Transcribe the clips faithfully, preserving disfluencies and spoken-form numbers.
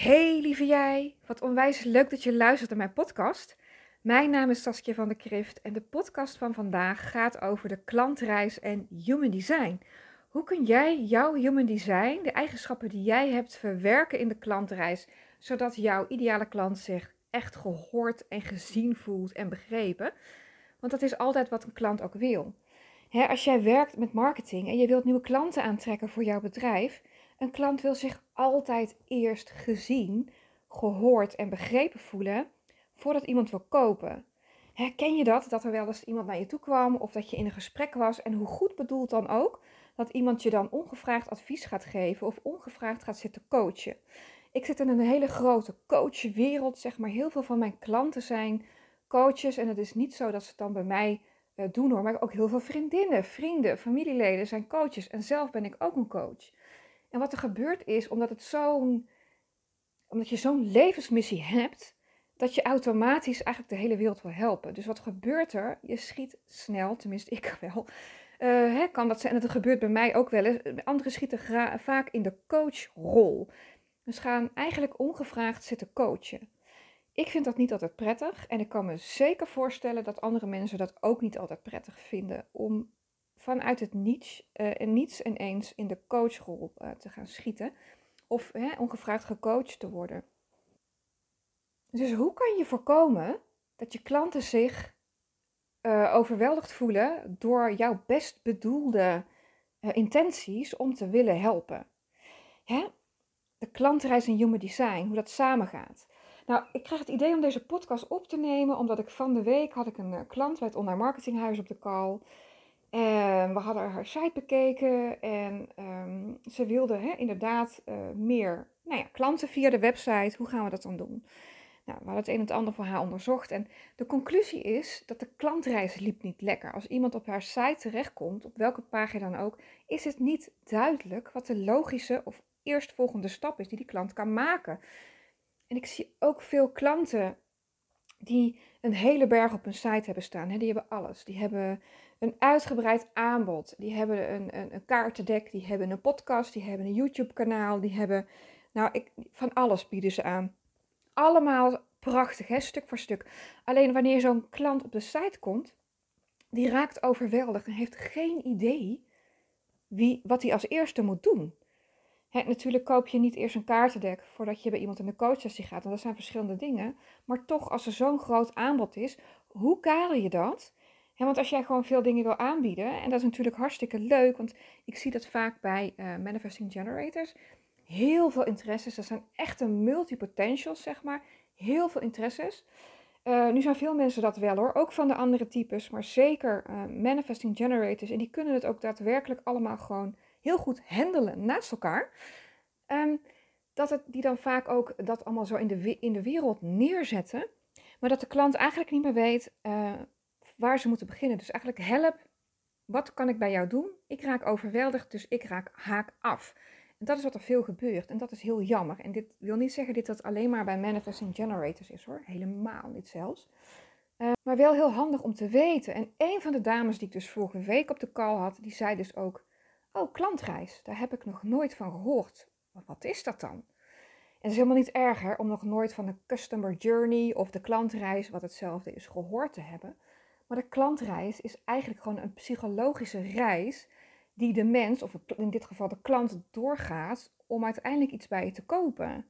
Hey lieve jij, wat onwijs leuk dat je luistert naar mijn podcast. Mijn naam is Saskia van der Krift en de podcast van vandaag gaat over de klantreis en human design. Hoe kun jij jouw human design, de eigenschappen die jij hebt, verwerken in de klantreis, zodat jouw ideale klant zich echt gehoord en gezien voelt en begrepen? Want dat is altijd wat een klant ook wil. Hè, als jij werkt met marketing en je wilt nieuwe klanten aantrekken voor jouw bedrijf, een klant wil zich altijd eerst gezien, gehoord en begrepen voelen voordat iemand wil kopen. Herken je dat? Dat er wel eens iemand naar je toe kwam of dat je in een gesprek was en hoe goed bedoeld dan ook, dat iemand je dan ongevraagd advies gaat geven of ongevraagd gaat zitten coachen. Ik zit in een hele grote coachwereld, zeg maar. Heel veel van mijn klanten zijn coaches en het is niet zo dat ze het dan bij mij uh, doen hoor, maar ook heel veel vriendinnen, vrienden, familieleden zijn coaches en zelf ben ik ook een coach. En wat er gebeurt is, omdat, het zo'n, omdat je zo'n levensmissie hebt, dat je automatisch eigenlijk de hele wereld wil helpen. Dus wat gebeurt er? Je schiet snel, tenminste ik wel. Uh, hè, kan dat zijn, en dat gebeurt bij mij ook wel eens. Anderen schieten gra- vaak in de coachrol. Dus gaan eigenlijk ongevraagd zitten coachen. Ik vind dat niet altijd prettig en ik kan me zeker voorstellen dat andere mensen dat ook niet altijd prettig vinden om vanuit het niets, uh, en niets ineens in de coachrol uh, te gaan schieten of hè, ongevraagd gecoacht te worden. Dus hoe kan je voorkomen dat je klanten zich uh, overweldigd voelen door jouw best bedoelde uh, intenties om te willen helpen? Hè? De klantreis en human design, hoe dat samengaat. Nou, ik kreeg het idee om deze podcast op te nemen, omdat ik van de week had ik een uh, klant bij het online marketinghuis op de call. En we hadden haar site bekeken en um, ze wilde hè, inderdaad uh, meer nou ja, klanten via de website. Hoe gaan we dat dan doen? Nou, we hadden het een en het ander voor haar onderzocht en de conclusie is dat de klantreis liep niet lekker. Als iemand op haar site terechtkomt, op welke pagina dan ook, is het niet duidelijk wat de logische of eerstvolgende stap is die die klant kan maken. En ik zie ook veel klanten die een hele berg op hun site hebben staan. Hè? Die hebben alles. Die hebben een uitgebreid aanbod. Die hebben een, een, een kaartendek. Die hebben een podcast. Die hebben een YouTube kanaal. Die hebben, nou, ik, van alles bieden ze aan. Allemaal prachtig, hè? Stuk voor stuk. Alleen wanneer zo'n klant op de site komt, die raakt overweldigd en heeft geen idee wie, wat hij als eerste moet doen. He, natuurlijk koop je niet eerst een kaartendek voordat je bij iemand in de coachsessie gaat. Want dat zijn verschillende dingen. Maar toch, als er zo'n groot aanbod is, hoe kader je dat? He, want als jij gewoon veel dingen wil aanbieden, en dat is natuurlijk hartstikke leuk, want ik zie dat vaak bij uh, manifesting generators. Heel veel interesses, dat zijn echte multipotentials, zeg maar. Heel veel interesses. Uh, nu zijn veel mensen dat wel hoor, ook van de andere types, maar zeker uh, manifesting generators. En die kunnen het ook daadwerkelijk allemaal gewoon heel goed handelen naast elkaar. Um, dat het, die dan vaak ook dat allemaal zo in de, in de wereld neerzetten. Maar dat de klant eigenlijk niet meer weet uh, waar ze moeten beginnen. Dus eigenlijk help, wat kan ik bij jou doen? Ik raak overweldigd, dus ik raak haak af. En dat is wat er veel gebeurt. En dat is heel jammer. En dit wil niet zeggen dat dat alleen maar bij manifesting generators is hoor. Helemaal niet zelfs. Uh, maar wel heel handig om te weten. En een van de dames die ik dus vorige week op de call had, die zei dus ook: oh, klantreis, daar heb ik nog nooit van gehoord. Wat is dat dan? En het is helemaal niet erger om nog nooit van de customer journey of de klantreis, wat hetzelfde is, gehoord te hebben. Maar de klantreis is eigenlijk gewoon een psychologische reis die de mens, of in dit geval de klant, doorgaat om uiteindelijk iets bij je te kopen.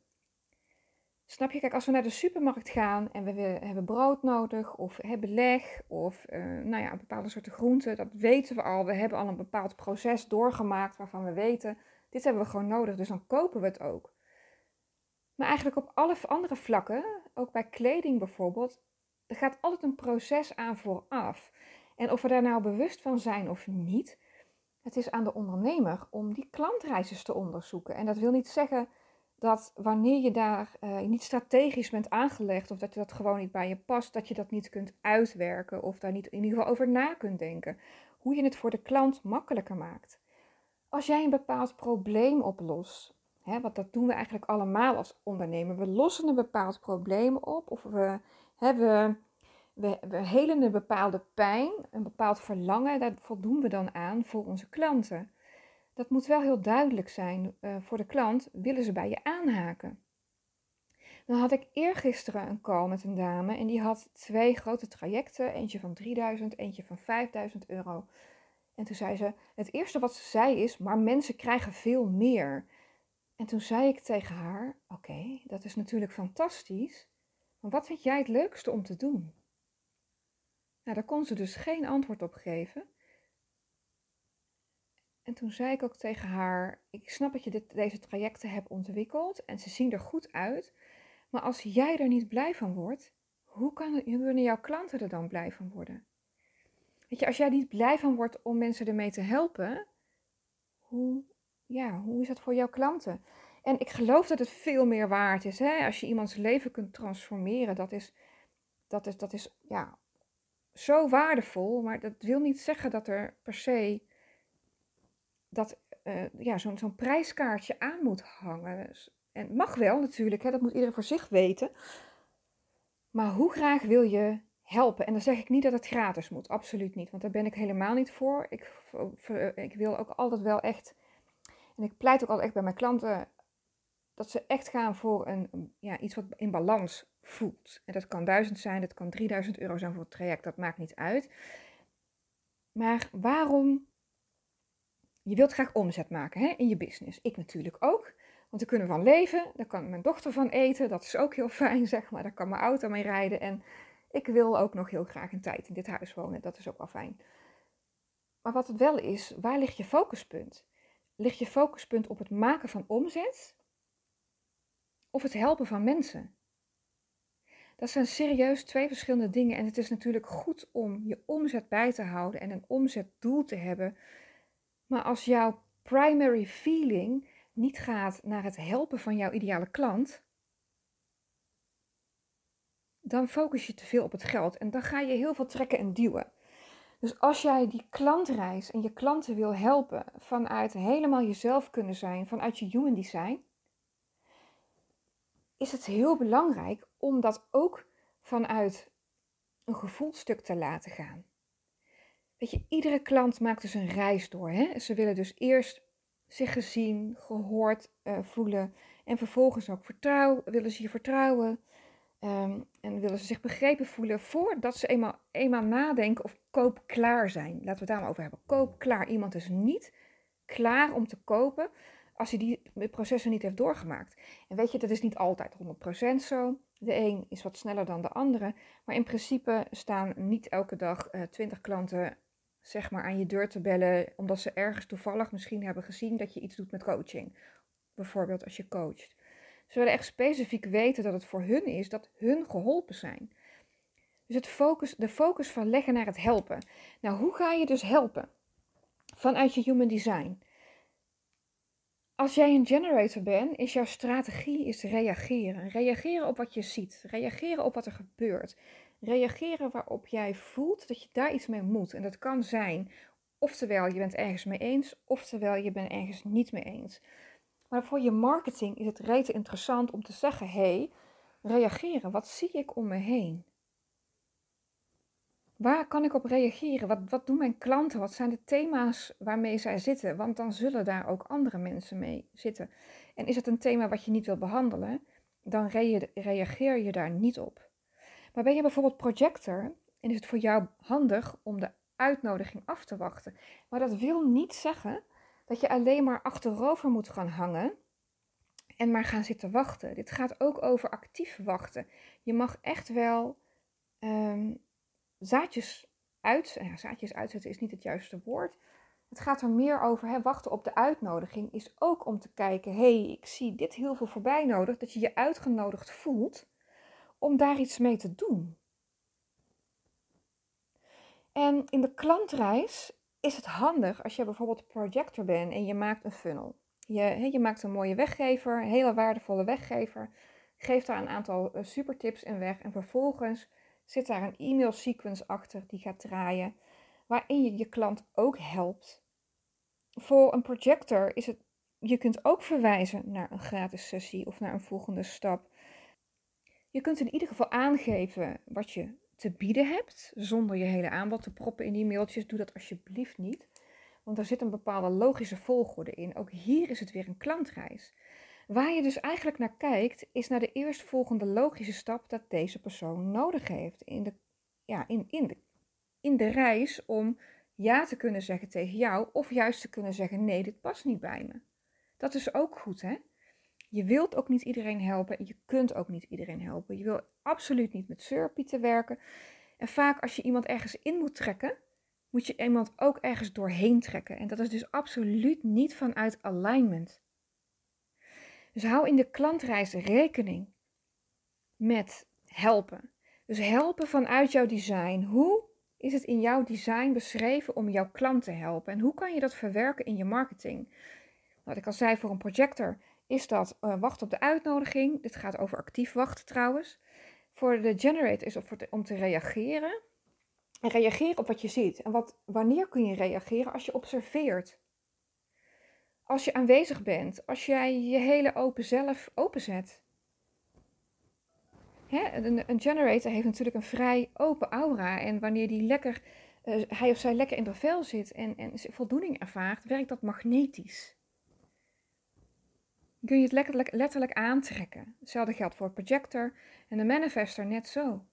Snap je? Kijk, als we naar de supermarkt gaan en we hebben brood nodig of hebben leg of uh, nou ja, een bepaalde soorten groenten, dat weten we al. We hebben al een bepaald proces doorgemaakt waarvan we weten, dit hebben we gewoon nodig, dus dan kopen we het ook. Maar eigenlijk op alle andere vlakken, ook bij kleding bijvoorbeeld, er gaat altijd een proces aan vooraf. En of we daar nou bewust van zijn of niet, het is aan de ondernemer om die klantreizen te onderzoeken. En dat wil niet zeggen dat wanneer je daar uh, niet strategisch bent aangelegd of dat je dat gewoon niet bij je past, dat je dat niet kunt uitwerken of daar niet in ieder geval over na kunt denken. Hoe je het voor de klant makkelijker maakt. Als jij een bepaald probleem oplost, hè, want dat doen we eigenlijk allemaal als ondernemer. We lossen een bepaald probleem op of we, hè, we, we, we helen een bepaalde pijn, een bepaald verlangen, daar voldoen we dan aan voor onze klanten. Dat moet wel heel duidelijk zijn uh, voor de klant, willen ze bij je aanhaken. Dan had ik eergisteren een call met een dame en die had twee grote trajecten. Eentje van drieduizend, eentje van vijfduizend euro. En toen zei ze, het eerste wat ze zei is, maar mensen krijgen veel meer. En toen zei ik tegen haar, oké, okay, dat is natuurlijk fantastisch. Maar wat vind jij het leukste om te doen? Nou, daar kon ze dus geen antwoord op geven. En toen zei ik ook tegen haar, ik snap dat je dit, deze trajecten hebt ontwikkeld en ze zien er goed uit. Maar als jij er niet blij van wordt, hoe, kan het, hoe kunnen jouw klanten er dan blij van worden? Weet je, als jij niet blij van wordt om mensen ermee te helpen, hoe, ja, hoe is dat voor jouw klanten? En ik geloof dat het veel meer waard is. Hè? Als je iemands leven kunt transformeren, dat is, dat is, dat is ja, zo waardevol. Maar dat wil niet zeggen dat er per se dat, uh, ja, zo'n zo'n prijskaartje aan moet hangen. En het mag wel natuurlijk, hè? Dat moet iedereen voor zich weten. Maar hoe graag wil je helpen? En dan zeg ik niet dat het gratis moet, absoluut niet. Want daar ben ik helemaal niet voor. Ik, ik wil ook altijd wel echt, en ik pleit ook altijd echt bij mijn klanten, dat ze echt gaan voor een, ja, iets wat in balans voelt. En dat kan duizend zijn, dat kan drieduizend euro zijn voor het traject, dat maakt niet uit. Maar waarom? Je wilt graag omzet maken, hè, in je business. Ik natuurlijk ook. Want we kunnen van leven, daar kan mijn dochter van eten, dat is ook heel fijn, zeg maar. Daar kan mijn auto mee rijden en ik wil ook nog heel graag een tijd in dit huis wonen, dat is ook wel fijn. Maar wat het wel is, waar ligt je focuspunt? Ligt je focuspunt op het maken van omzet of het helpen van mensen? Dat zijn serieus twee verschillende dingen en het is natuurlijk goed om je omzet bij te houden en een omzetdoel te hebben. Maar als jouw primary feeling niet gaat naar het helpen van jouw ideale klant, dan focus je te veel op het geld en dan ga je heel veel trekken en duwen. Dus als jij die klantreis en je klanten wil helpen vanuit helemaal jezelf kunnen zijn, vanuit je human design, is het heel belangrijk om dat ook vanuit een gevoelstuk te laten gaan. Weet je, iedere klant maakt dus een reis door. Hè? Ze willen dus eerst zich gezien, gehoord uh, voelen en vervolgens ook vertrouwen, willen ze je vertrouwen um, en willen ze zich begrepen voelen voordat ze eenmaal, eenmaal nadenken of koopklaar zijn. Laten we het daar maar over hebben. Koopklaar. Iemand is niet klaar om te kopen als hij die processen niet heeft doorgemaakt. En weet je, dat is niet altijd honderd procent zo. De een is wat sneller dan de andere. Maar in principe staan niet elke dag uh, twintig klanten zeg maar aan je deur te bellen, omdat ze ergens toevallig misschien hebben gezien dat je iets doet met coaching. Bijvoorbeeld als je coacht. Ze willen echt specifiek weten dat het voor hun is, dat hun geholpen zijn. Dus het focus, de focus van leggen naar het helpen. Nou, hoe ga je dus helpen? Vanuit je human design. Als jij een generator bent, is jouw strategie is reageren. Reageren op wat je ziet. Reageren op wat er gebeurt. Reageren waarop jij voelt dat je daar iets mee moet. En dat kan zijn, oftewel je bent ergens mee eens, oftewel je bent ergens niet mee eens. Maar voor je marketing is het rete interessant om te zeggen, hé, hey, reageren, wat zie ik om me heen? Waar kan ik op reageren? Wat, wat doen mijn klanten? Wat zijn de thema's waarmee zij zitten? Want dan zullen daar ook andere mensen mee zitten. En is het een thema wat je niet wil behandelen, dan re- reageer je daar niet op. Maar ben je bijvoorbeeld projector en is het voor jou handig om de uitnodiging af te wachten. Maar dat wil niet zeggen dat je alleen maar achterover moet gaan hangen en maar gaan zitten wachten. Dit gaat ook over actief wachten. Je mag echt wel um, zaadjes uit, ja, zaadjes uitzetten is niet het juiste woord. Het gaat er meer over, hè, wachten op de uitnodiging is ook om te kijken, hé, hey, ik zie dit heel veel voorbij nodig, dat je je uitgenodigd voelt om daar iets mee te doen. En in de klantreis is het handig als je bijvoorbeeld projector bent en je maakt een funnel. Je, je maakt een mooie weggever, een hele waardevolle weggever. Geeft daar een aantal uh, super tips in weg. En vervolgens zit daar een e-mail sequence achter die gaat draaien. Waarin je je klant ook helpt. Voor een projector is het, je kunt ook verwijzen naar een gratis sessie of naar een volgende stap. Je kunt in ieder geval aangeven wat je te bieden hebt, zonder je hele aanbod te proppen in die mailtjes. Doe dat alsjeblieft niet, want er zit een bepaalde logische volgorde in. Ook hier is het weer een klantreis. Waar je dus eigenlijk naar kijkt, is naar de eerstvolgende logische stap dat deze persoon nodig heeft in de, ja, in, in de, in de reis om ja te kunnen zeggen tegen jou, of juist te kunnen zeggen nee, dit past niet bij me. Dat is ook goed, hè? Je wilt ook niet iedereen helpen en je kunt ook niet iedereen helpen. Je wil absoluut niet met zeurpieten werken. En vaak als je iemand ergens in moet trekken, moet je iemand ook ergens doorheen trekken. En dat is dus absoluut niet vanuit alignment. Dus hou in de klantreis rekening met helpen. Dus helpen vanuit jouw design. Hoe is het in jouw design beschreven om jouw klant te helpen? En hoe kan je dat verwerken in je marketing? Wat ik al zei, voor een projector is dat uh, wachten op de uitnodiging. Dit gaat over actief wachten trouwens. Voor de generator is het om te reageren. En reageren op wat je ziet. En wat, wanneer kun je reageren? Als je observeert. Als je aanwezig bent. Als jij je hele open zelf openzet. Hè? Een, een generator heeft natuurlijk een vrij open aura. En wanneer die lekker, uh, hij of zij lekker in de vel zit en, en voldoening ervaart, werkt dat magnetisch. Kun je het letterlijk, letterlijk aantrekken. Hetzelfde geldt voor het projector en de manifester net zo.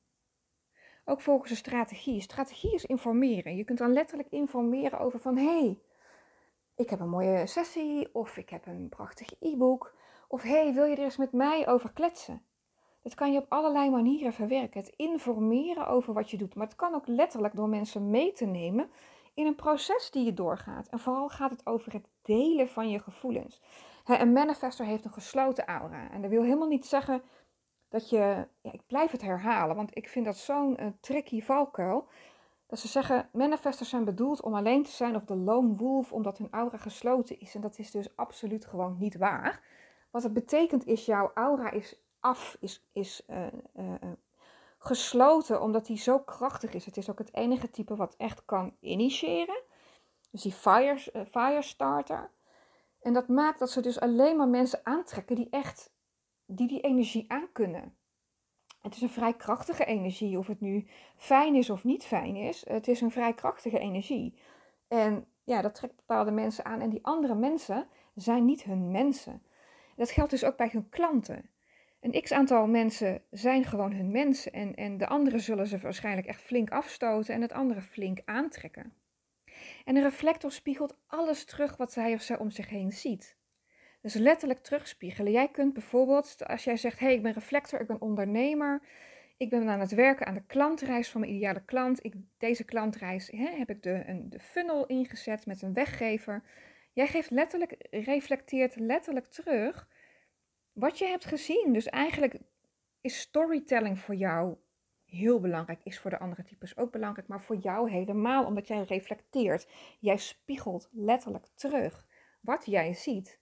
Ook volgens een strategie. Strategie is informeren. Je kunt dan letterlijk informeren over van, hé, hey, ik heb een mooie sessie, of ik heb een prachtig e-book, of hé, hey, wil je er eens met mij over kletsen? Dat kan je op allerlei manieren verwerken. Het informeren over wat je doet. Maar het kan ook letterlijk door mensen mee te nemen in een proces die je doorgaat. En vooral gaat het over het delen van je gevoelens. Een manifester heeft een gesloten aura. En dat wil helemaal niet zeggen dat je... Ja, ik blijf het herhalen, want ik vind dat zo'n uh, tricky valkuil. Dat ze zeggen, manifestors zijn bedoeld om alleen te zijn of de lone wolf, omdat hun aura gesloten is. En dat is dus absoluut gewoon niet waar. Wat het betekent is, jouw aura is af, is, is uh, uh, uh, gesloten, omdat die zo krachtig is. Het is ook het enige type wat echt kan initiëren. Dus die fire, uh, firestarter. En dat maakt dat ze dus alleen maar mensen aantrekken die echt, die die energie aankunnen. Het is een vrij krachtige energie, of het nu fijn is of niet fijn is. Het is een vrij krachtige energie. En ja, dat trekt bepaalde mensen aan. En die andere mensen zijn niet hun mensen. Dat geldt dus ook bij hun klanten. Een x-aantal mensen zijn gewoon hun mensen. En, en de anderen zullen ze waarschijnlijk echt flink afstoten en het andere flink aantrekken. En een reflector spiegelt alles terug wat hij of zij om zich heen ziet. Dus letterlijk terugspiegelen. Jij kunt bijvoorbeeld, als jij zegt, hé, hey, ik ben reflector, ik ben ondernemer. Ik ben aan het werken aan de klantreis van mijn ideale klant. Ik, deze klantreis hè, heb ik de, een, de funnel ingezet met een weggever. Jij geeft letterlijk, reflecteert letterlijk terug wat je hebt gezien. Dus eigenlijk is storytelling voor jou heel belangrijk. Is voor de andere types ook belangrijk, maar voor jou helemaal. Omdat jij reflecteert. Jij spiegelt letterlijk terug wat jij ziet.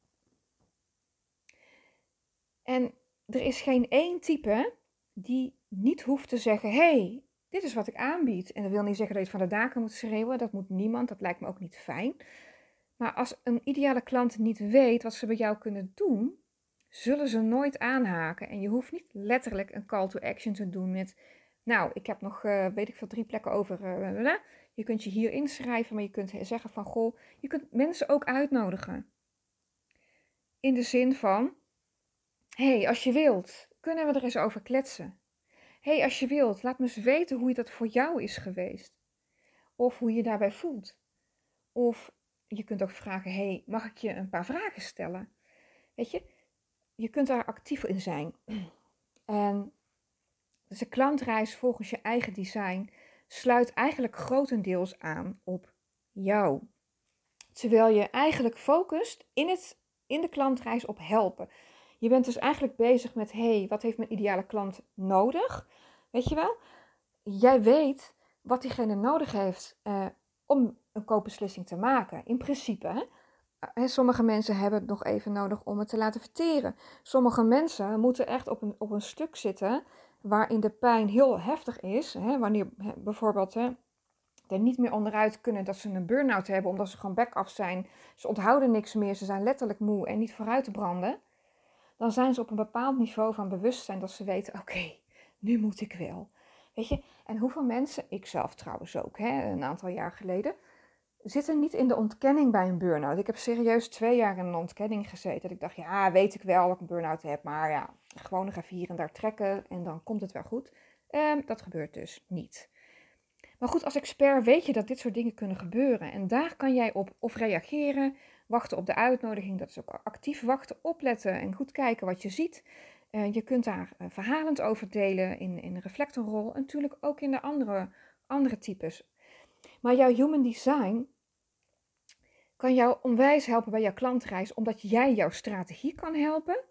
En er is geen één type die niet hoeft te zeggen, hé, hey, dit is wat ik aanbied. En dat wil niet zeggen dat je het van de daken moet schreeuwen. Dat moet niemand, dat lijkt me ook niet fijn. Maar als een ideale klant niet weet wat ze bij jou kunnen doen, zullen ze nooit aanhaken. En je hoeft niet letterlijk een call to action te doen met, nou, ik heb nog, uh, weet ik veel, drie plekken over. Uh, je kunt je hier inschrijven, maar je kunt zeggen van, goh, je kunt mensen ook uitnodigen. In de zin van, hé, hey, als je wilt, kunnen we er eens over kletsen. Hé, hey, als je wilt, laat me eens weten hoe dat voor jou is geweest. Of hoe je daarbij voelt. Of je kunt ook vragen, hé, hey, mag ik je een paar vragen stellen? Weet je, je kunt daar actief in zijn. En dus de klantreis volgens je eigen design sluit eigenlijk grotendeels aan op jou. Terwijl je eigenlijk focust in, het, in de klantreis op helpen. Je bent dus eigenlijk bezig met, hé, hey, wat heeft mijn ideale klant nodig? Weet je wel? Jij weet wat diegene nodig heeft uh, om een koopbeslissing te maken. In principe, hè? Uh, sommige mensen hebben het nog even nodig om het te laten verteren. Sommige mensen moeten echt op een, op een stuk zitten waarin de pijn heel heftig is. Hè? Wanneer hè, bijvoorbeeld hè, er niet meer onderuit kunnen dat ze een burn-out hebben omdat ze gewoon back-off zijn. Ze onthouden niks meer, ze zijn letterlijk moe en niet vooruit te branden. Dan zijn ze op een bepaald niveau van bewustzijn dat ze weten, oké, okay, nu moet ik wel. Weet je, en hoeveel mensen, ik zelf trouwens ook, hè, een aantal jaar geleden, zitten niet in de ontkenning bij een burn-out. Ik heb serieus twee jaar in een ontkenning gezeten. Dat ik dacht, ja, weet ik wel dat ik een burn-out heb, maar ja, gewoon nog even hier en daar trekken en dan komt het wel goed. Um, dat gebeurt dus niet. Maar goed, als expert weet je dat dit soort dingen kunnen gebeuren. En daar kan jij op of reageren, wachten op de uitnodiging, dat is ook actief wachten, opletten en goed kijken wat je ziet. Uh, je kunt daar uh, verhalend over delen in, in de reflectorrol en natuurlijk ook in de andere, andere types. Maar jouw human design kan jou onwijs helpen bij jouw klantreis, omdat jij jouw strategie kan helpen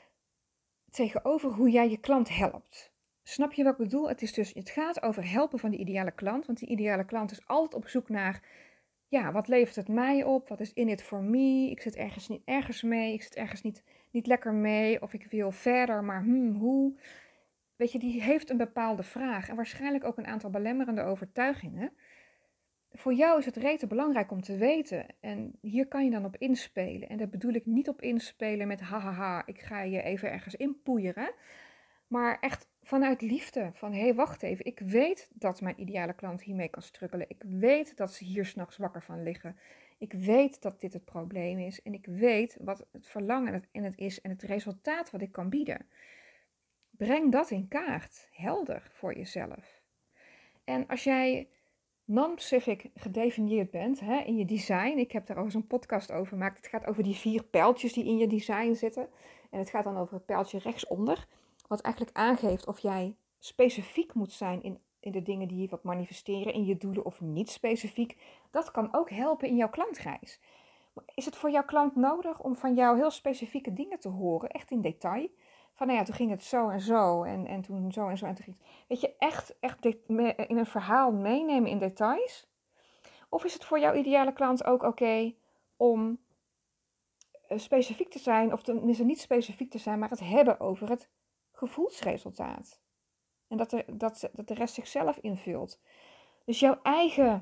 tegenover hoe jij je klant helpt. Snap je wat ik bedoel? Het is dus, het gaat over helpen van die ideale klant, want die ideale klant is altijd op zoek naar, ja, wat levert het mij op? Wat is in it for me? Ik zit ergens niet ergens mee, ik zit ergens niet, niet lekker mee, of ik wil verder, maar hmm, hoe? Weet je, die heeft een bepaalde vraag en waarschijnlijk ook een aantal belemmerende overtuigingen. Voor jou is het rete belangrijk om te weten en hier kan je dan op inspelen. En dat bedoel ik niet op inspelen met hahaha, ik ga je even ergens inpoeieren. Maar echt vanuit liefde, van hé, hey, wacht even, ik weet dat mijn ideale klant hiermee kan struggelen. Ik weet dat ze hier 's nachts wakker van liggen. Ik weet dat dit het probleem is en ik weet wat het verlangen in het is en het resultaat wat ik kan bieden. Breng dat in kaart, helder voor jezelf. En als jij non-specific gedefinieerd bent hè, in je design. Ik heb daar al eens een podcast over gemaakt. Het gaat over die vier pijltjes die in je design zitten. En het gaat dan over het pijltje rechtsonder. Wat eigenlijk aangeeft of jij specifiek moet zijn in, in de dingen die je wilt manifesteren. In je doelen of niet specifiek. Dat kan ook helpen in jouw klantreis. Is het voor jouw klant nodig om van jou heel specifieke dingen te horen? Echt in detail? Van nou ja, toen ging het zo en zo en, en toen zo en zo en toen ging het... Weet je, echt, echt in een verhaal meenemen in details? Of is het voor jouw ideale klant ook oké okay om specifiek te zijn, of tenminste niet specifiek te zijn, maar het hebben over het gevoelsresultaat? En dat de, dat, dat de rest zichzelf invult. Dus jouw eigen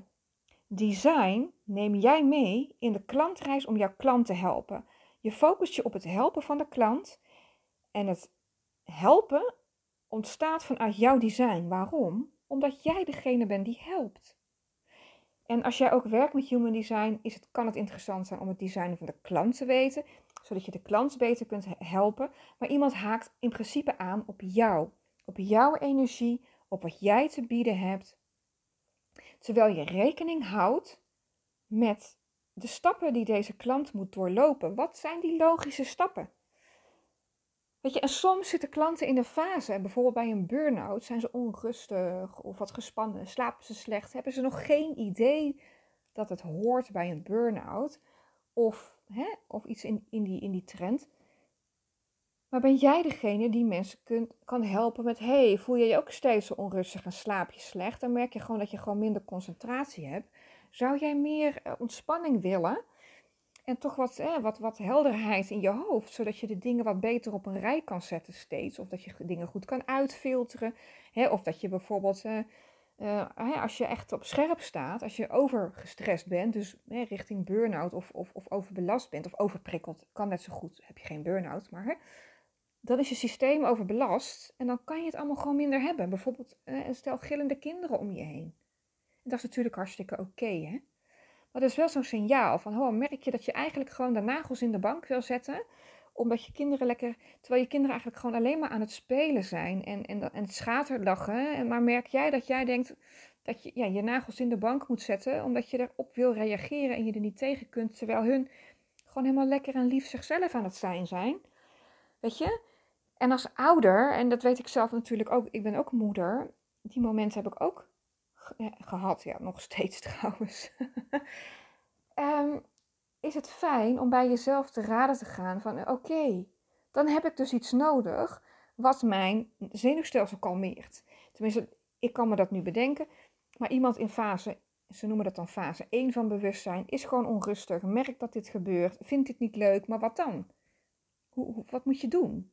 design neem jij mee in de klantreis om jouw klant te helpen. Je focust je op het helpen van de klant. En het helpen ontstaat vanuit jouw design. Waarom? Omdat jij degene bent die helpt. En als jij ook werkt met human design, is het, kan het interessant zijn om het design van de klant te weten, zodat je de klant beter kunt helpen. Maar iemand haakt in principe aan op jou, op jouw energie, op wat jij te bieden hebt. Terwijl je rekening houdt met de stappen die deze klant moet doorlopen. Wat zijn die logische stappen? Weet je, en soms zitten klanten in een fase, bijvoorbeeld bij een burn-out, zijn ze onrustig of wat gespannen, slapen ze slecht, hebben ze nog geen idee dat het hoort bij een burn-out of, hè, of iets in, in, die, in die trend. Maar ben jij degene die mensen kunt, kan helpen met, hey, voel je je ook steeds zo onrustig en slaap je slecht? Dan merk je gewoon dat je gewoon minder concentratie hebt. Zou jij meer uh, ontspanning willen? En toch wat, eh, wat, wat helderheid in je hoofd, zodat je de dingen wat beter op een rij kan zetten steeds. Of dat je dingen goed kan uitfilteren. Hè, of dat je bijvoorbeeld, uh, uh, als je echt op scherp staat, als je overgestrest bent, dus hè, richting burn-out of, of, of overbelast bent of overprikkeld, kan net zo goed, heb je geen burn-out, maar hè, dan is je systeem overbelast en dan kan je het allemaal gewoon minder hebben. Bijvoorbeeld uh, een stel gillende kinderen om je heen. En dat is natuurlijk hartstikke oké, okay, hè. Maar dat is wel zo'n signaal van, oh, merk je dat je eigenlijk gewoon de nagels in de bank wil zetten, omdat je kinderen lekker, terwijl je kinderen eigenlijk gewoon alleen maar aan het spelen zijn en, en, en het schaterlachen. En maar merk jij dat jij denkt dat je ja, je nagels in de bank moet zetten, omdat je erop wil reageren en je er niet tegen kunt, terwijl hun gewoon helemaal lekker en lief zichzelf aan het zijn zijn. Weet je? En als ouder, en dat weet ik zelf natuurlijk ook, ik ben ook moeder, die momenten heb ik ook gehad, ja, nog steeds trouwens. um, is het fijn om bij jezelf te raden te gaan van oké, okay, dan heb ik dus iets nodig wat mijn zenuwstelsel kalmeert. Tenminste, ik kan me dat nu bedenken, maar iemand in fase, ze noemen dat dan fase één van bewustzijn, is gewoon onrustig, merkt dat dit gebeurt, vindt dit niet leuk, maar wat dan? Hoe, hoe, wat moet je doen?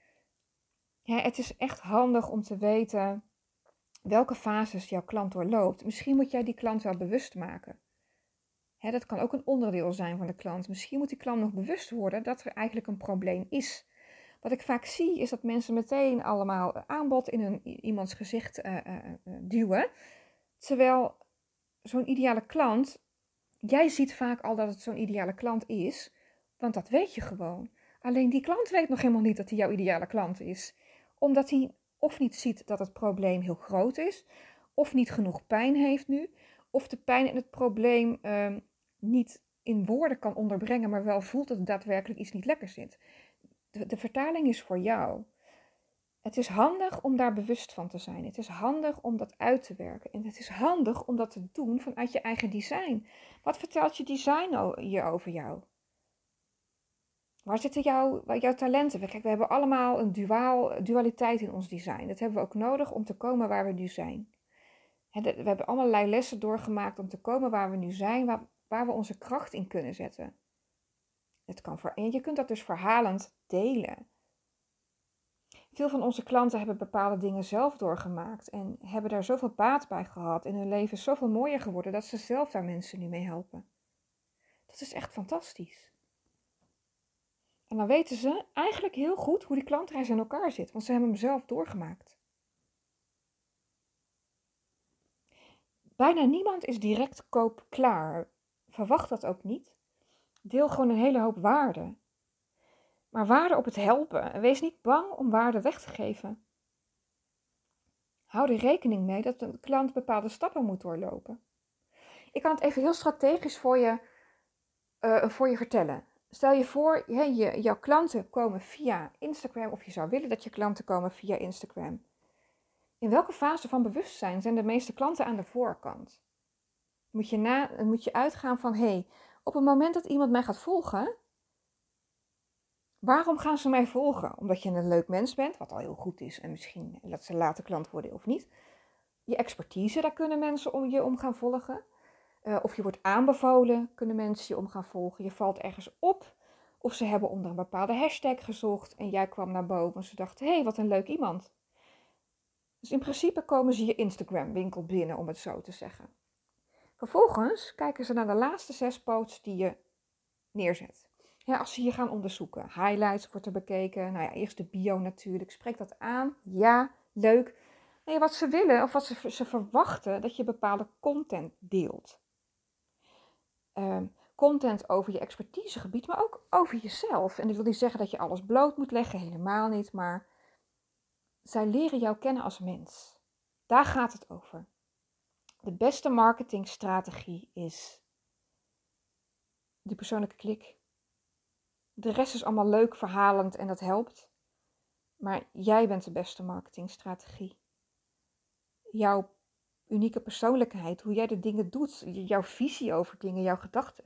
Ja, het is echt handig om te weten welke fases jouw klant doorloopt. Misschien moet jij die klant wel bewust maken. Hè, dat kan ook een onderdeel zijn van de klant. Misschien moet die klant nog bewust worden dat er eigenlijk een probleem is. Wat ik vaak zie is dat mensen meteen allemaal aanbod in een, iemands gezicht uh, uh, uh, duwen. Terwijl zo'n ideale klant Jij ziet vaak al dat het zo'n ideale klant is, want dat weet je gewoon. Alleen die klant weet nog helemaal niet dat hij jouw ideale klant is. Omdat hij of niet ziet dat het probleem heel groot is, of niet genoeg pijn heeft nu, of de pijn en het probleem uh, niet in woorden kan onderbrengen, maar wel voelt dat er daadwerkelijk iets niet lekker zit. De, de vertaling is voor jou. Het is handig om daar bewust van te zijn. Het is handig om dat uit te werken. En het is handig om dat te doen vanuit je eigen design. Wat vertelt je design hier over jou? Waar zitten jouw, jouw talenten? Kijk, we hebben allemaal een duaal, dualiteit in ons design. Dat hebben we ook nodig om te komen waar we nu zijn. We hebben allerlei lessen doorgemaakt om te komen waar we nu zijn, waar, waar we onze kracht in kunnen zetten. Het kan voor, en je kunt dat dus verhalend delen. Veel van onze klanten hebben bepaalde dingen zelf doorgemaakt en hebben daar zoveel baat bij gehad en hun leven is zoveel mooier geworden dat ze zelf daar mensen nu mee helpen. Dat is echt fantastisch. En dan weten ze eigenlijk heel goed hoe die klantreis in elkaar zit, want ze hebben hem zelf doorgemaakt. Bijna niemand is direct koopklaar. Verwacht dat ook niet. Deel gewoon een hele hoop waarde. Maar waarde op het helpen. Wees niet bang om waarde weg te geven. Hou er rekening mee dat een klant bepaalde stappen moet doorlopen. Ik kan het even heel strategisch voor je, uh, voor je vertellen. Stel je voor, he, je, jouw klanten komen via Instagram, of je zou willen dat je klanten komen via Instagram. In welke fase van bewustzijn zijn de meeste klanten aan de voorkant? Moet je, na, moet je uitgaan van, hé, hey, op het moment dat iemand mij gaat volgen, waarom gaan ze mij volgen? Omdat je een leuk mens bent, wat al heel goed is en misschien dat ze later klant worden of niet. Je expertise, daar kunnen mensen om je om gaan volgen. Uh, of je wordt aanbevolen, kunnen mensen je om gaan volgen. Je valt ergens op. Of ze hebben onder een bepaalde hashtag gezocht en jij kwam naar boven en ze dachten, hé, hey, wat een leuk iemand. Dus in principe komen ze je Instagram winkel binnen, om het zo te zeggen. Vervolgens kijken ze naar de laatste zes posts die je neerzet. Ja, als ze je gaan onderzoeken. Highlights wordt er bekeken. Nou ja, eerst de bio natuurlijk. Spreek dat aan. Ja, leuk. Nee, wat ze willen of wat ze, ze verwachten, dat je bepaalde content deelt. Um, content over je expertisegebied, maar ook over jezelf. En dat wil niet zeggen dat je alles bloot moet leggen, helemaal niet. Maar zij leren jou kennen als mens. Daar gaat het over. De beste marketingstrategie is die persoonlijke klik. De rest is allemaal leuk, verhalend en dat helpt. Maar jij bent de beste marketingstrategie. Jouw unieke persoonlijkheid, hoe jij de dingen doet, jouw visie over dingen, jouw gedachten.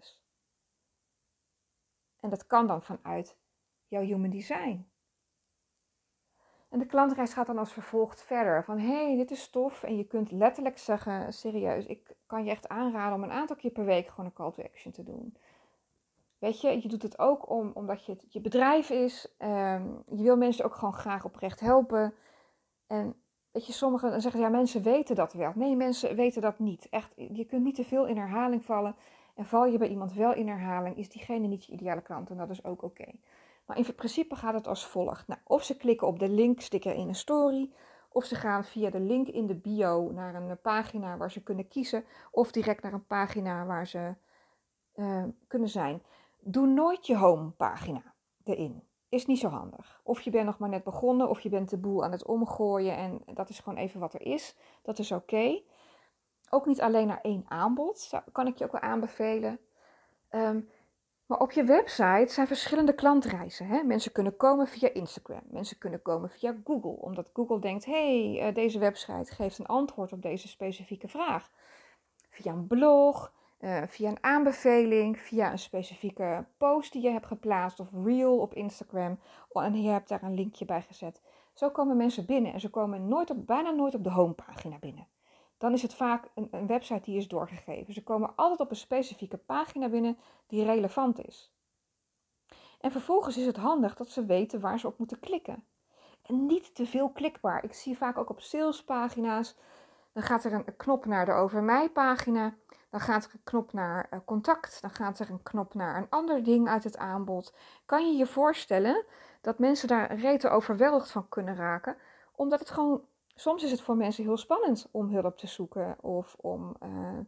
En dat kan dan vanuit jouw human design. En de klantreis gaat dan als vervolgt verder. Van hé, hey, dit is tof. En je kunt letterlijk zeggen, serieus, ik kan je echt aanraden om een aantal keer per week gewoon een call to action te doen. Weet je, je doet het ook om, omdat je het je bedrijf is. Um, je wil mensen ook gewoon graag oprecht helpen. En weet je, sommigen zeggen, ja, mensen weten dat wel. Nee, mensen weten dat niet. Echt, je kunt niet te veel in herhaling vallen. En val je bij iemand wel in herhaling, is diegene niet je ideale klant. En dat is ook oké. Okay. Maar in principe gaat het als volgt. Nou, of ze klikken op de link, sticker in een story. Of ze gaan via de link in de bio naar een pagina waar ze kunnen kiezen. Of direct naar een pagina waar ze uh, kunnen zijn. Doe nooit je homepagina erin. Is niet zo handig. Of je bent nog maar net begonnen, of je bent de boel aan het omgooien en dat is gewoon even wat er is. Dat is oké. Okay. Ook niet alleen naar één aanbod, kan ik je ook wel aanbevelen. Um, maar op je website zijn verschillende klantreizen. Hè? Mensen kunnen komen via Instagram, mensen kunnen komen via Google, omdat Google denkt, hé, hey, deze website geeft een antwoord op deze specifieke vraag. Via een blog, Uh, via een aanbeveling, via een specifieke post die je hebt geplaatst of reel op Instagram en je hebt daar een linkje bij gezet. Zo komen mensen binnen en ze komen nooit op, bijna nooit op de homepagina binnen. Dan is het vaak een, een website die is doorgegeven. Ze komen altijd op een specifieke pagina binnen die relevant is. En vervolgens is het handig dat ze weten waar ze op moeten klikken. En niet te veel klikbaar. Ik zie vaak ook op salespagina's, dan gaat er een knop naar de Over Mij pagina. Dan gaat er een knop naar uh, contact. Dan gaat er een knop naar een ander ding uit het aanbod. Kan je je voorstellen dat mensen daar rete overweldigd van kunnen raken? Omdat het gewoon, soms is het voor mensen heel spannend om hulp te zoeken. Of om, uh,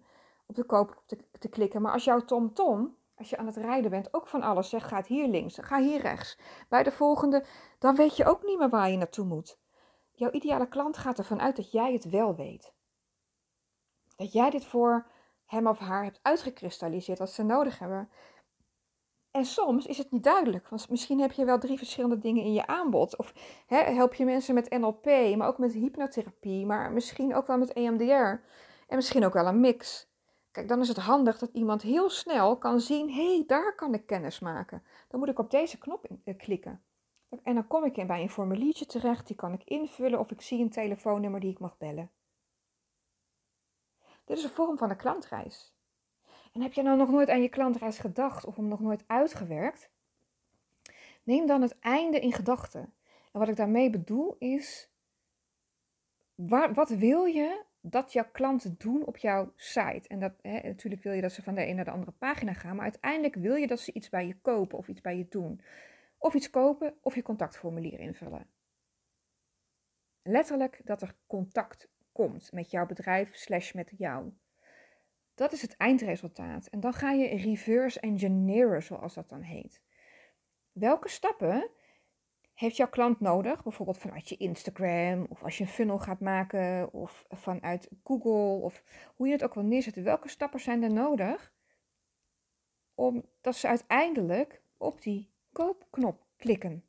op de koop te, te klikken. Maar als jouw TomTom, als je aan het rijden bent, ook van alles zegt, gaat hier links, ga hier rechts. Bij de volgende, dan weet je ook niet meer waar je naartoe moet. Jouw ideale klant gaat ervan uit dat jij het wel weet. Dat jij dit voor hem of haar hebt uitgekristalliseerd wat ze nodig hebben. En soms is het niet duidelijk, want misschien heb je wel drie verschillende dingen in je aanbod. Of hè, help je mensen met N L P, maar ook met hypnotherapie, maar misschien ook wel met E M D R. En misschien ook wel een mix. Kijk, dan is het handig dat iemand heel snel kan zien, hé, hey, daar kan ik kennis maken. Dan moet ik op deze knop in, uh, klikken. En dan kom ik in bij een formuliertje terecht, die kan ik invullen of ik zie een telefoonnummer die ik mag bellen. Dit is een vorm van een klantreis. En heb je nou nog nooit aan je klantreis gedacht of hem nog nooit uitgewerkt? Neem dan het einde in gedachten. En wat ik daarmee bedoel is, waar, wat wil je dat jouw klanten doen op jouw site? En dat, hè, natuurlijk wil je dat ze van de ene naar de andere pagina gaan, maar uiteindelijk wil je dat ze iets bij je kopen of iets bij je doen. Of iets kopen of je contactformulier invullen. Letterlijk dat er contact komt met jouw bedrijf slash met jou. Dat is het eindresultaat. En dan ga je reverse engineeren, zoals dat dan heet. Welke stappen heeft jouw klant nodig? Bijvoorbeeld vanuit je Instagram, of als je een funnel gaat maken, of vanuit Google, of hoe je het ook wil neerzetten. Welke stappen zijn er nodig omdat ze uiteindelijk op die koopknop klikken?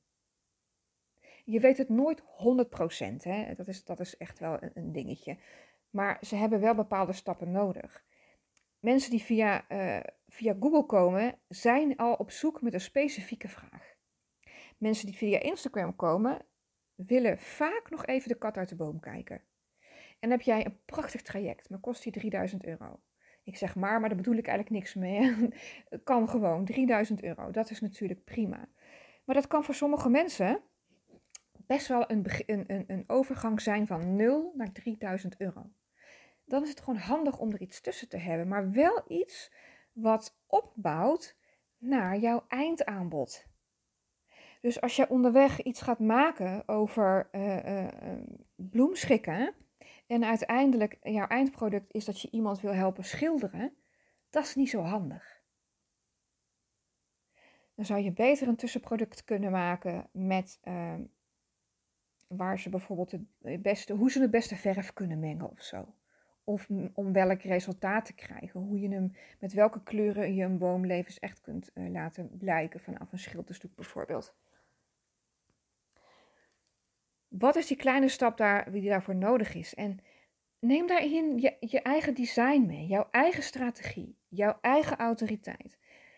Je weet het nooit honderd procent, hè? Dat is, dat is echt wel een, een dingetje. Maar ze hebben wel bepaalde stappen nodig. Mensen die via, uh, via Google komen, zijn al op zoek met een specifieke vraag. Mensen die via Instagram komen, willen vaak nog even de kat uit de boom kijken. En dan heb jij een prachtig traject, maar kost die drieduizend euro. Ik zeg maar, maar daar bedoel ik eigenlijk niks mee. Het kan gewoon, drieduizend euro, dat is natuurlijk prima. Maar dat kan voor sommige mensen best wel een, een, een, een overgang zijn van nul naar drieduizend euro. Dan is het gewoon handig om er iets tussen te hebben, maar wel iets wat opbouwt naar jouw eindaanbod. Dus als je onderweg iets gaat maken over uh, uh, bloemschikken en uiteindelijk jouw eindproduct is dat je iemand wil helpen schilderen, dat is niet zo handig. Dan zou je beter een tussenproduct kunnen maken met uh, waar ze bijvoorbeeld het beste, hoe ze het beste verf kunnen mengen of zo. Of om welk resultaat te krijgen. Hoe je hem, met welke kleuren je een boom levensecht kunt uh, laten blijken vanaf een schildersdoek bijvoorbeeld. Wat is die kleine stap daar, die daarvoor nodig is? En neem daarin je, je eigen design mee. Jouw eigen strategie. Jouw eigen autoriteit.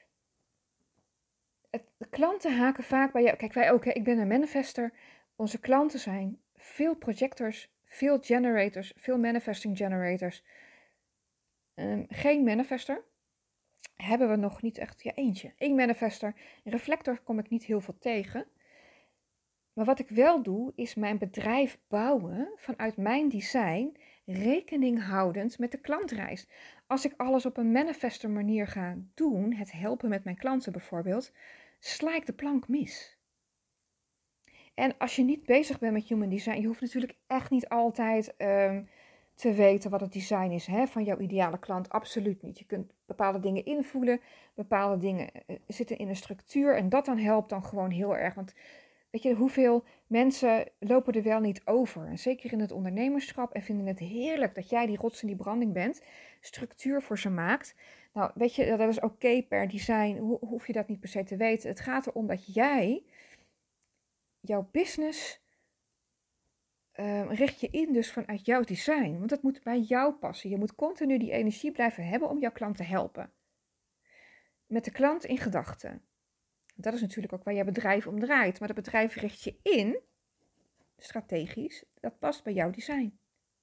Het, de klanten haken vaak bij jou. Kijk, wij ook. Hè? Ik ben een manifester. Onze klanten zijn veel projectors, veel generators, veel manifesting generators. Um, geen manifester. Hebben we nog niet echt, ja eentje. Eén manifester. Een reflector kom ik niet heel veel tegen. Maar wat ik wel doe, is mijn bedrijf bouwen vanuit mijn design, rekening houdend met de klantreis. Als ik alles op een manifester manier ga doen, het helpen met mijn klanten bijvoorbeeld, sla ik de plank mis. En als je niet bezig bent met human design, je hoeft natuurlijk echt niet altijd um, te weten wat het design is, hè, van jouw ideale klant. Absoluut niet. Je kunt bepaalde dingen invoelen, bepaalde dingen uh, zitten in een structuur en dat dan helpt dan gewoon heel erg. Want weet je, hoeveel mensen lopen er wel niet over? En zeker in het ondernemerschap en vinden het heerlijk dat jij die rots in die branding bent, structuur voor ze maakt. Nou, weet je, dat is oké okay per design, ho- hoef je dat niet per se te weten. Het gaat erom dat jij jouw business uh, richt je in dus vanuit jouw design. Want dat moet bij jou passen. Je moet continu die energie blijven hebben om jouw klant te helpen. Met de klant in gedachten. Dat is natuurlijk ook waar je bedrijf om draait. Maar dat bedrijf richt je in, strategisch, dat past bij jouw design.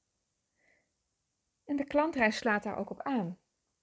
En de klantreis slaat daar ook op aan.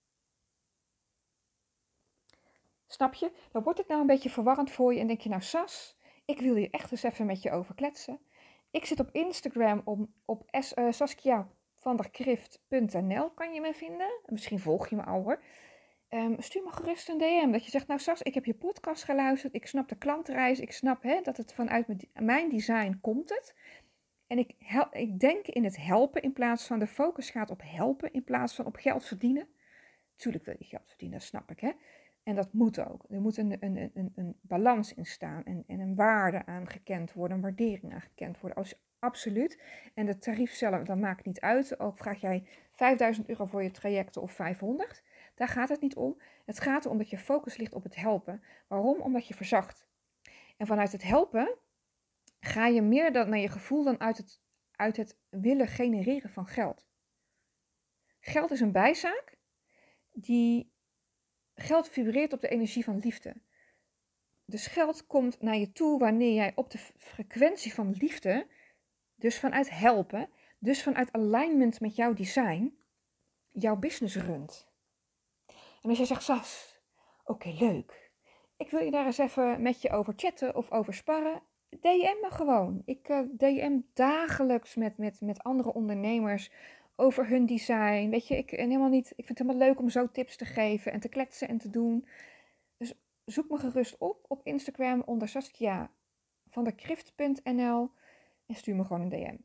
Snap je? Dan wordt het nou een beetje verwarrend voor je en denk je, nou Sas, ik wil hier echt eens even met je over kletsen. Ik zit op Instagram op, op S, uh, saskia van der krift punt n l, kan je me vinden. Misschien volg je me al hoor. Um, stuur me gerust een D M. Dat je zegt, nou Sas, ik heb je podcast geluisterd. Ik snap de klantreis. Ik snap hè, dat het vanuit mijn design komt het. En ik, hel- ik denk in het helpen in plaats van de focus gaat op helpen in plaats van op geld verdienen. Tuurlijk wil je geld verdienen, dat snap ik, hè. En dat moet ook. Er moet een, een, een, een balans in staan en, en een waarde aan gekend worden, een waardering aan gekend worden. Als, absoluut. En de tarief zelf, dat maakt niet uit. Ook vraag jij vijfduizend euro voor je trajecten of vijfhonderd. Daar gaat het niet om. Het gaat erom dat je focus ligt op het helpen. Waarom? Omdat je verzacht. En vanuit het helpen ga je meer dan naar je gevoel dan uit het, uit het willen genereren van geld. Geld is een bijzaak. Die geld vibreert op de energie van liefde. Dus geld komt naar je toe wanneer jij op de frequentie van liefde, dus vanuit helpen, dus vanuit alignment met jouw design, jouw business runt. En als jij zegt, Sas, oké, okay, leuk. Ik wil je daar eens even met je over chatten of over sparren. D M me gewoon. Ik uh, D M dagelijks met, met, met andere ondernemers over hun design. Weet je, ik, en helemaal niet, ik vind het helemaal leuk om zo tips te geven en te kletsen en te doen. Dus zoek me gerust op op Instagram onder saskia van der krift punt n l en stuur me gewoon een D M.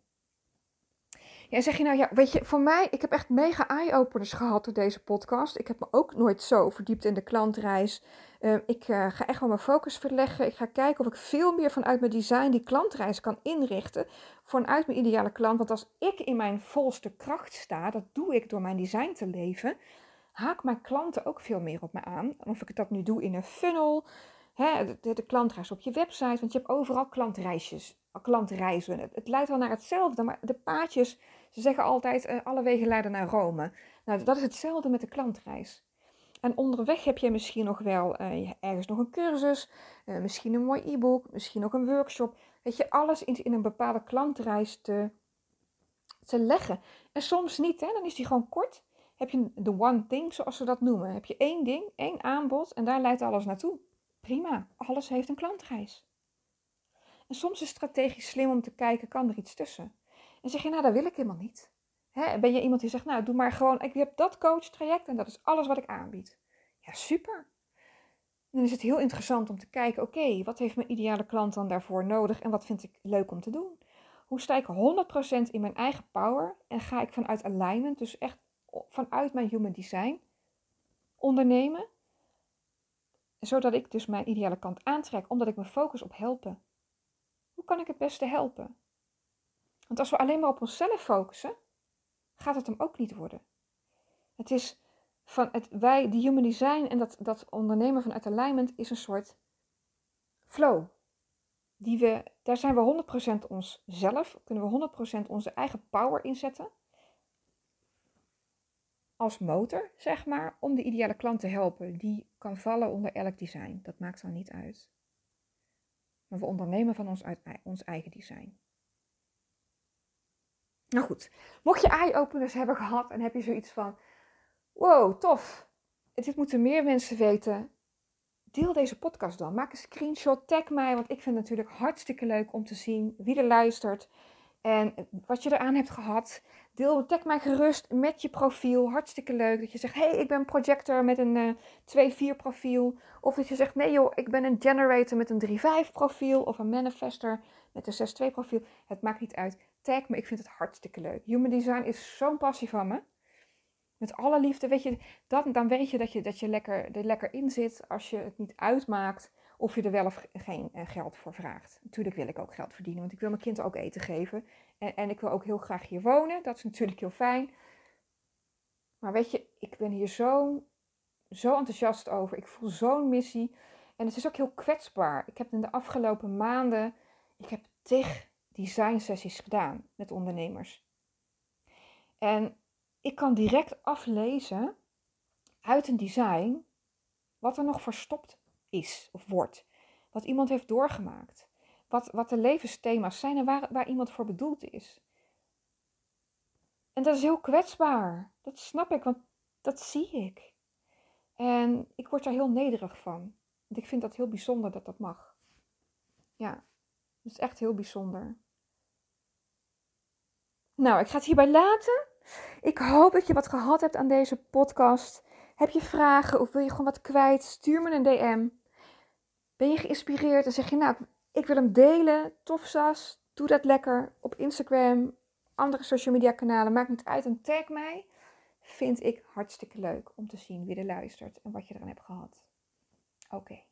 Ja, en zeg je nou, ja, weet je, voor mij, ik heb echt mega eye-openers gehad door deze podcast. Ik heb me ook nooit zo verdiept in de klantreis. Uh, ik uh, ga echt wel mijn focus verleggen. Ik ga kijken of ik veel meer vanuit mijn design die klantreis kan inrichten vanuit mijn ideale klant. Want als ik in mijn volste kracht sta, dat doe ik door mijn design te leven, haak mijn klanten ook veel meer op me aan. En of ik dat nu doe in een funnel, hè, de, de klantreis op je website, want je hebt overal klantreisjes. Klantreizen. Het, het leidt wel naar hetzelfde, maar de paadjes, ze zeggen altijd, uh, alle wegen leiden naar Rome. Nou, dat is hetzelfde met de klantreis. En onderweg heb je misschien nog wel uh, ergens nog een cursus, uh, misschien een mooi e-book, misschien nog een workshop. Weet je, alles in, in een bepaalde klantreis te, te leggen. En soms niet, hè? Dan is die gewoon kort. Heb je de one thing, zoals ze dat noemen. Heb je één ding, één aanbod en daar leidt alles naartoe. Prima, alles heeft een klantreis. En soms is het strategisch slim om te kijken, kan er iets tussen? En zeg je, nou, dat wil ik helemaal niet. Hè? Ben je iemand die zegt, nou, doe maar gewoon, ik heb dat coachtraject en dat is alles wat ik aanbied. Ja, super. En dan is het heel interessant om te kijken, oké, okay, wat heeft mijn ideale klant dan daarvoor nodig en wat vind ik leuk om te doen? Hoe sta ik honderd procent in mijn eigen power en ga ik vanuit alignment, dus echt vanuit mijn human design, ondernemen, zodat ik dus mijn ideale klant aantrek, omdat ik me focus op helpen. Hoe kan ik het beste helpen? Want als we alleen maar op onszelf focussen, gaat het hem ook niet worden. Het is van het, wij, die human design en dat, dat ondernemen vanuit alignment is een soort flow. Die we, daar zijn we honderd procent onszelf, kunnen we honderd procent onze eigen power inzetten. Als motor, zeg maar, om de ideale klant te helpen. Die kan vallen onder elk design. Dat maakt dan niet uit. Maar we ondernemen van ons, uit, ons eigen design. Nou goed, mocht je eye-openers hebben gehad en heb je zoiets van, wow, tof, dit moeten meer mensen weten, deel deze podcast dan. Maak een screenshot, tag mij, want ik vind het natuurlijk hartstikke leuk om te zien wie er luistert en wat je eraan hebt gehad. Deel, tag mij gerust met je profiel, hartstikke leuk dat je zegt, hey, ik ben een projector met een uh, twee vier profiel. Of dat je zegt, nee joh, ik ben een generator met een drie vijf profiel of een manifester met een zes twee profiel. Het maakt niet uit. Tag me, ik vind het hartstikke leuk. Human design is zo'n passie van me. Met alle liefde, weet je, dat, dan weet je dat je, dat je lekker, er lekker in zit als je het niet uitmaakt of je er wel of geen geld voor vraagt. Natuurlijk wil ik ook geld verdienen, want ik wil mijn kind ook eten geven. En, en ik wil ook heel graag hier wonen, dat is natuurlijk heel fijn. Maar weet je, ik ben hier zo, zo enthousiast over. Ik voel zo'n missie. En het is ook heel kwetsbaar. Ik heb in de afgelopen maanden, ik heb tig design sessies gedaan met ondernemers. En ik kan direct aflezen uit een design wat er nog verstopt is of wordt. Wat iemand heeft doorgemaakt. Wat, wat de levensthema's zijn en waar, waar iemand voor bedoeld is. En dat is heel kwetsbaar. Dat snap ik, want dat zie ik. En ik word daar heel nederig van. Want ik vind dat heel bijzonder dat dat mag. Ja, dat is echt heel bijzonder. Nou, ik ga het hierbij laten. Ik hoop dat je wat gehad hebt aan deze podcast. Heb je vragen of wil je gewoon wat kwijt? Stuur me een D M. Ben je geïnspireerd en zeg je, nou, ik wil hem delen. Tof, Sas. Doe dat lekker op Instagram, andere social media kanalen. Maakt niet uit en tag mij. vind ik hartstikke leuk om te zien wie er luistert en wat je eraan hebt gehad. Oké. Okay.